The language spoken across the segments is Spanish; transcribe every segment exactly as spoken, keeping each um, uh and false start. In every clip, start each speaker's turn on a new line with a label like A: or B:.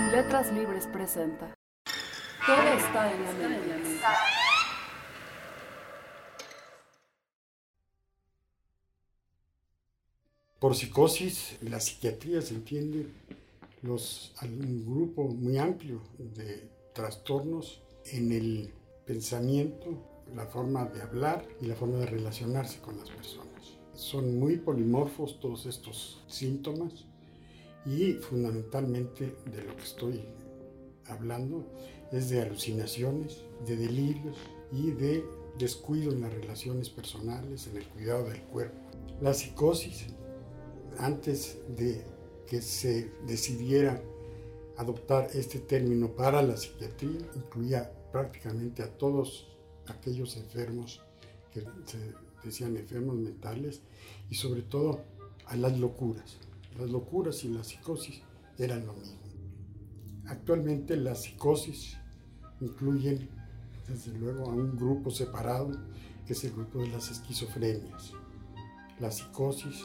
A: Letras Libres presenta Todo está en la mente.
B: Por psicosis, la psiquiatría se entiende los, un grupo muy amplio de trastornos en el pensamiento, la forma de hablar y la forma de relacionarse con las personas. Son muy polimorfos todos estos síntomas y fundamentalmente de lo que estoy hablando es de alucinaciones, de delirios y de descuido en las relaciones personales, en el cuidado del cuerpo. La psicosis, antes de que se decidiera adoptar este término para la psiquiatría, incluía prácticamente a todos aquellos enfermos que se decían enfermos mentales y sobre todo a las locuras. Las locuras y la psicosis eran lo mismo. Actualmente la psicosis incluyen desde luego a un grupo separado que es el grupo de las esquizofrenias. La psicosis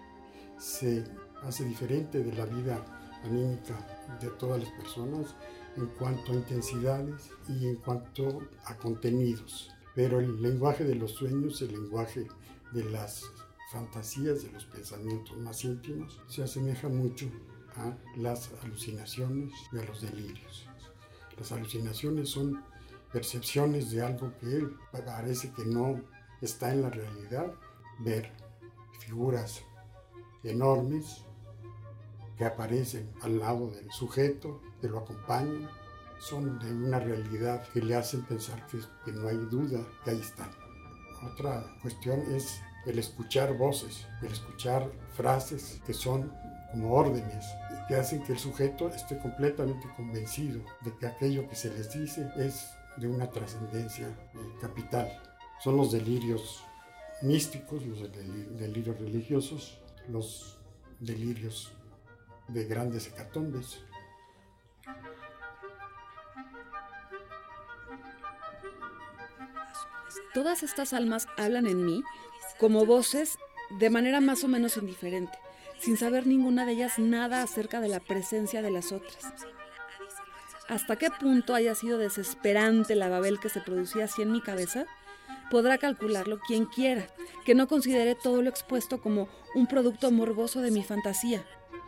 B: se hace diferente de la vida anímica de todas las personas en cuanto a intensidades y en cuanto a contenidos. Pero el lenguaje de los sueños, el lenguaje de las fantasías, de los pensamientos más íntimos, se asemeja mucho a las alucinaciones y a los delirios. Las alucinaciones son percepciones de algo que parece que no está en la realidad, ver figuras enormes que aparecen al lado del sujeto, que lo acompañan, son de una realidad que le hacen pensar que, que no hay duda que ahí están. Otra cuestión es el escuchar voces, el escuchar frases que son como órdenes, que hacen que el sujeto esté completamente convencido de que aquello que se les dice es de una trascendencia eh, capital. Son los delirios místicos, los delirios religiosos, los delirios de grandes hecatombes.
C: Todas estas almas hablan en mí como voces de manera más o menos indiferente, sin saber ninguna de ellas nada acerca de la presencia de las otras. ¿Hasta qué punto haya sido desesperante la Babel que se producía así en mi cabeza? Podrá calcularlo quien quiera, que no considere todo lo expuesto como un producto morboso de mi fantasía.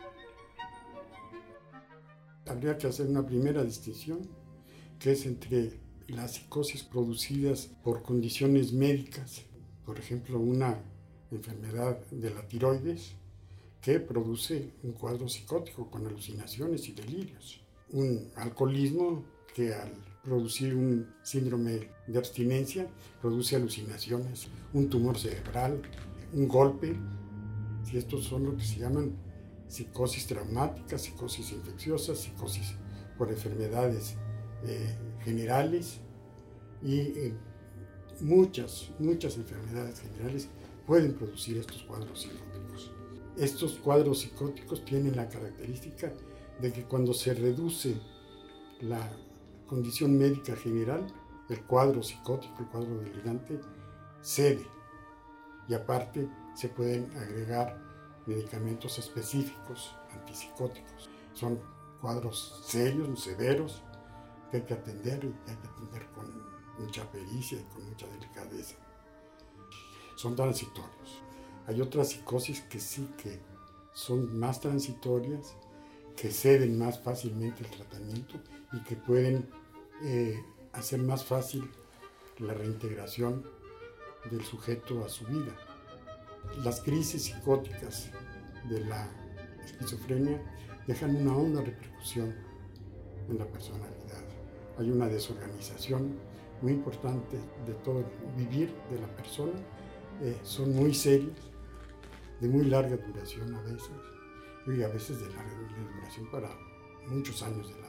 B: Habría que hacer una primera distinción, que es entre las psicosis producidas por condiciones médicas, por ejemplo, una enfermedad de la tiroides que produce un cuadro psicótico con alucinaciones y delirios, un alcoholismo que al producir un síndrome de abstinencia produce alucinaciones, un tumor cerebral, un golpe, y estos son lo que se llaman psicosis traumáticas, psicosis infecciosas, psicosis por enfermedades eh, generales y eh, muchas, muchas enfermedades generales pueden producir estos cuadros psicóticos. Estos cuadros psicóticos tienen la característica de que cuando se reduce la condición médica general, el cuadro psicótico, el cuadro delirante, cede y aparte se pueden agregar medicamentos específicos antipsicóticos. Son cuadros serios, severos, que hay que atender y que hay que atender con mucha pericia y con mucha delicadeza. Son transitorios. Hay otras psicosis que sí que son más transitorias, que ceden más fácilmente el tratamiento y que pueden eh, hacer más fácil la reintegración del sujeto a su vida. Las crisis psicóticas de la esquizofrenia dejan una honda repercusión en la personalidad. Hay una desorganización muy importante de todo el vivir de la persona. Eh, son muy serias, de muy larga duración a veces, y a veces de larga duración para muchos años de la vida.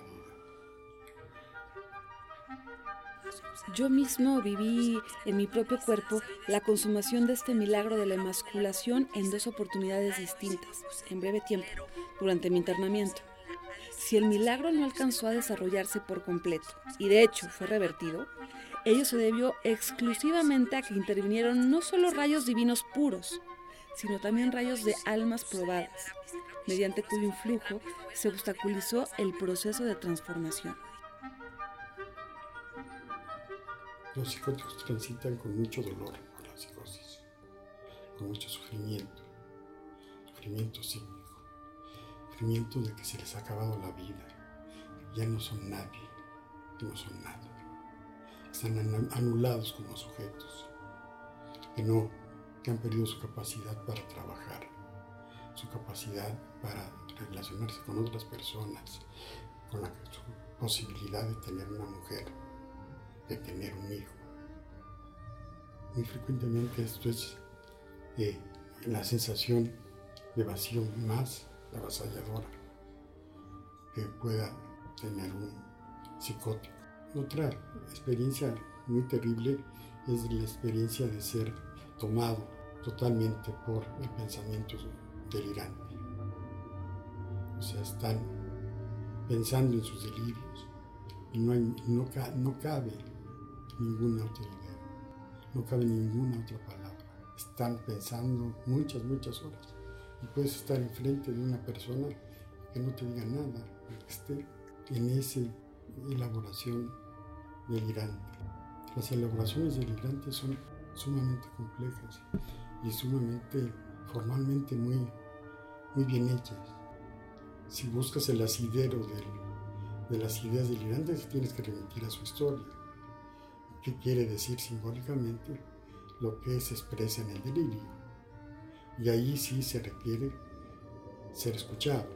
C: Yo mismo viví en mi propio cuerpo la consumación de este milagro de la emasculación en dos oportunidades distintas, en breve tiempo, durante mi internamiento. Si el milagro no alcanzó a desarrollarse por completo, y de hecho fue revertido, ello se debió exclusivamente a que intervinieron no solo rayos divinos puros, sino también rayos de almas probadas, mediante cuyo influjo se obstaculizó el proceso de transformación.
B: Los psicóticos transitan con mucho dolor por la psicosis, con mucho sufrimiento, sufrimiento psíquico, sufrimiento de que se les ha acabado la vida, que ya no son nadie, que no son nada, están anulados como sujetos, que no, que han perdido su capacidad para trabajar, su capacidad para relacionarse con otras personas, con la su posibilidad de tener una mujer, de tener un hijo. Muy frecuentemente esto es eh, la sensación de vacío más avasalladora que pueda tener un psicótico. Otra experiencia muy terrible es la experiencia de ser tomado totalmente por el pensamiento delirante. O sea, están pensando en sus delirios y no, hay, no, no cabe ninguna otra idea, no cabe ninguna otra palabra. Están pensando muchas, muchas horas y puedes estar enfrente de una persona que no te diga nada, que esté en esa elaboración delirante. Las elaboraciones delirantes son sumamente complejas y sumamente formalmente muy, muy bien hechas. Si buscas el asidero del, de las ideas delirantes, tienes que remitir a su historia. ¿Qué quiere decir simbólicamente? Lo que se expresa en el delirio. Y ahí sí se requiere ser escuchado.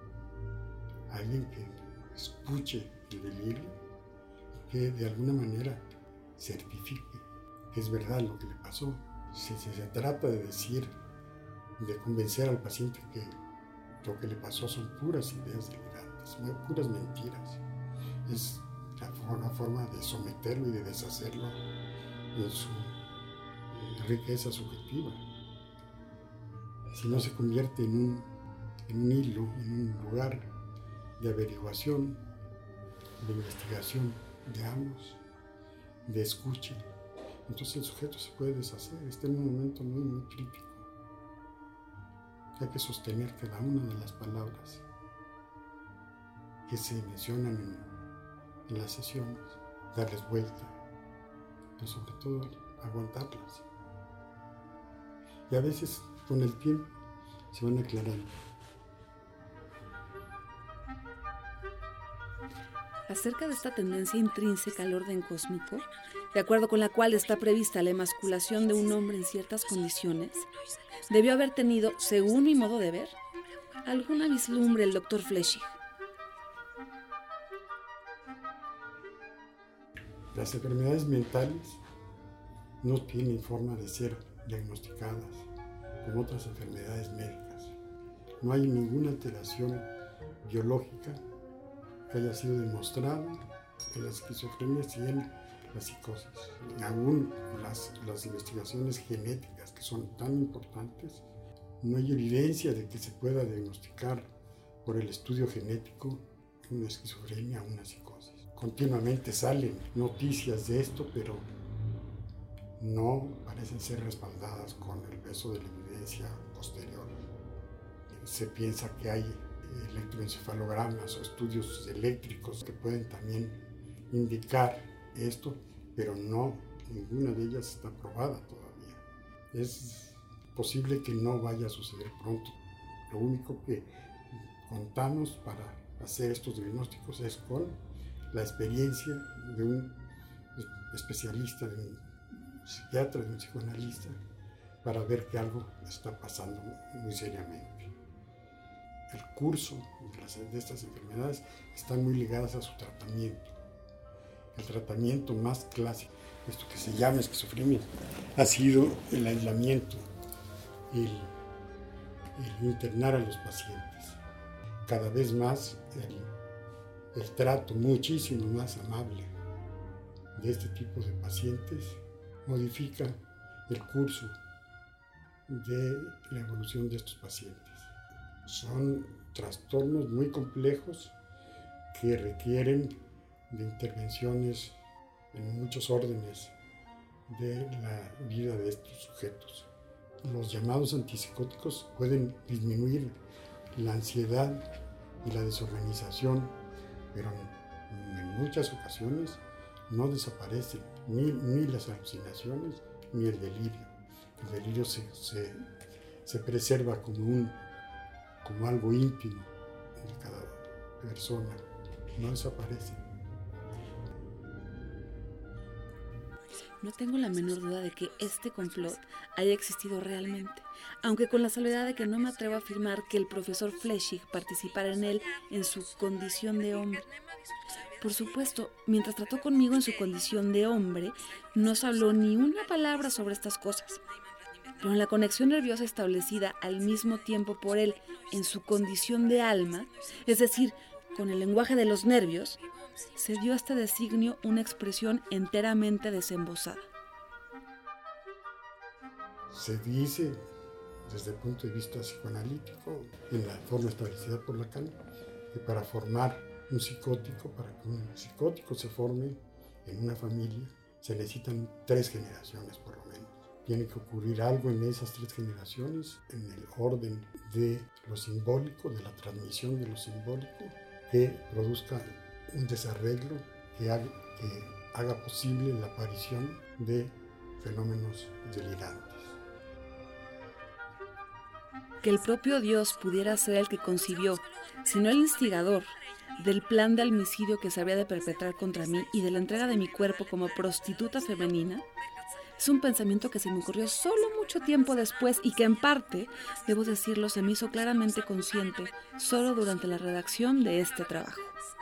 B: Alguien que escuche el delirio y que de alguna manera certifique que es verdad lo que le pasó. Si se, se trata de decir, de convencer al paciente que lo que le pasó son puras ideas delirantes, puras mentiras, es una forma de someterlo y de deshacerlo de su riqueza subjetiva. Si no se convierte en un, en un hilo, en un lugar de averiguación, de investigación de ambos, de escucha, entonces el sujeto se puede deshacer, está en un momento muy, muy crítico. Hay que sostener cada una de las palabras que se mencionan en, en las sesiones, darles vuelta, pero sobre todo aguantarlas. Y a veces con el tiempo se van aclarando.
C: Acerca de esta tendencia intrínseca al orden cósmico, de acuerdo con la cual está prevista la emasculación de un hombre en ciertas condiciones, debió haber tenido, según mi modo de ver, alguna vislumbre el doctor Flechig.
B: Las enfermedades mentales no tienen forma de ser diagnosticadas como otras enfermedades médicas. No hay ninguna alteración biológica que haya sido demostrada en la esquizofrenia y en la psicosis. Aún las, las investigaciones genéticas, que son tan importantes, no hay evidencia de que se pueda diagnosticar por el estudio genético una esquizofrenia o una psicosis. Continuamente salen noticias de esto, pero no parecen ser respaldadas con el peso de la evidencia posterior. Se piensa que hay electroencefalogramas o estudios eléctricos que pueden también indicar esto, pero no, ninguna de ellas está probada todavía. Es posible que no vaya a suceder pronto. Lo único que contamos para hacer estos diagnósticos es con la experiencia de un especialista, de un psiquiatra, de un psicoanalista, para ver que algo está pasando muy seriamente. El curso de, las, de estas enfermedades están muy ligadas a su tratamiento. El tratamiento más clásico, esto que se llama esquizofrenia, ha sido el aislamiento, el, el internar a los pacientes. Cada vez más el, el trato muchísimo más amable de este tipo de pacientes modifica el curso de la evolución de estos pacientes. Son trastornos muy complejos que requieren de intervenciones en muchos órdenes de la vida de estos sujetos. Los llamados antipsicóticos pueden disminuir la ansiedad y la desorganización, pero en, en muchas ocasiones no desaparecen ni, ni las alucinaciones ni el delirio. El delirio se, se, se preserva como, un, como algo íntimo de cada persona, no desaparece.
C: No tengo la menor duda de que este complot haya existido realmente, aunque con la salvedad de que no me atrevo a afirmar que el profesor Flechig participara en él en su condición de hombre. Por supuesto, mientras trató conmigo en su condición de hombre, no se habló ni una palabra sobre estas cosas. Pero en la conexión nerviosa establecida al mismo tiempo por él en su condición de alma, es decir, con el lenguaje de los nervios, se dio a este designio una expresión enteramente desembosada.
B: Se dice, desde el punto de vista psicoanalítico, en la forma establecida por Lacan, que para formar un psicótico, para que un psicótico se forme en una familia, se necesitan tres generaciones por lo menos. Tiene que ocurrir algo en esas tres generaciones, en el orden de lo simbólico, de la transmisión de lo simbólico, que produzca un desarreglo que haga, que haga posible la aparición de fenómenos delirantes.
C: Que el propio Dios pudiera ser el que concibió, si no el instigador, del plan de homicidio que se habría de perpetrar contra mí y de la entrega de mi cuerpo como prostituta femenina, es un pensamiento que se me ocurrió solo mucho tiempo después y que en parte, debo decirlo, se me hizo claramente consciente solo durante la redacción de este trabajo.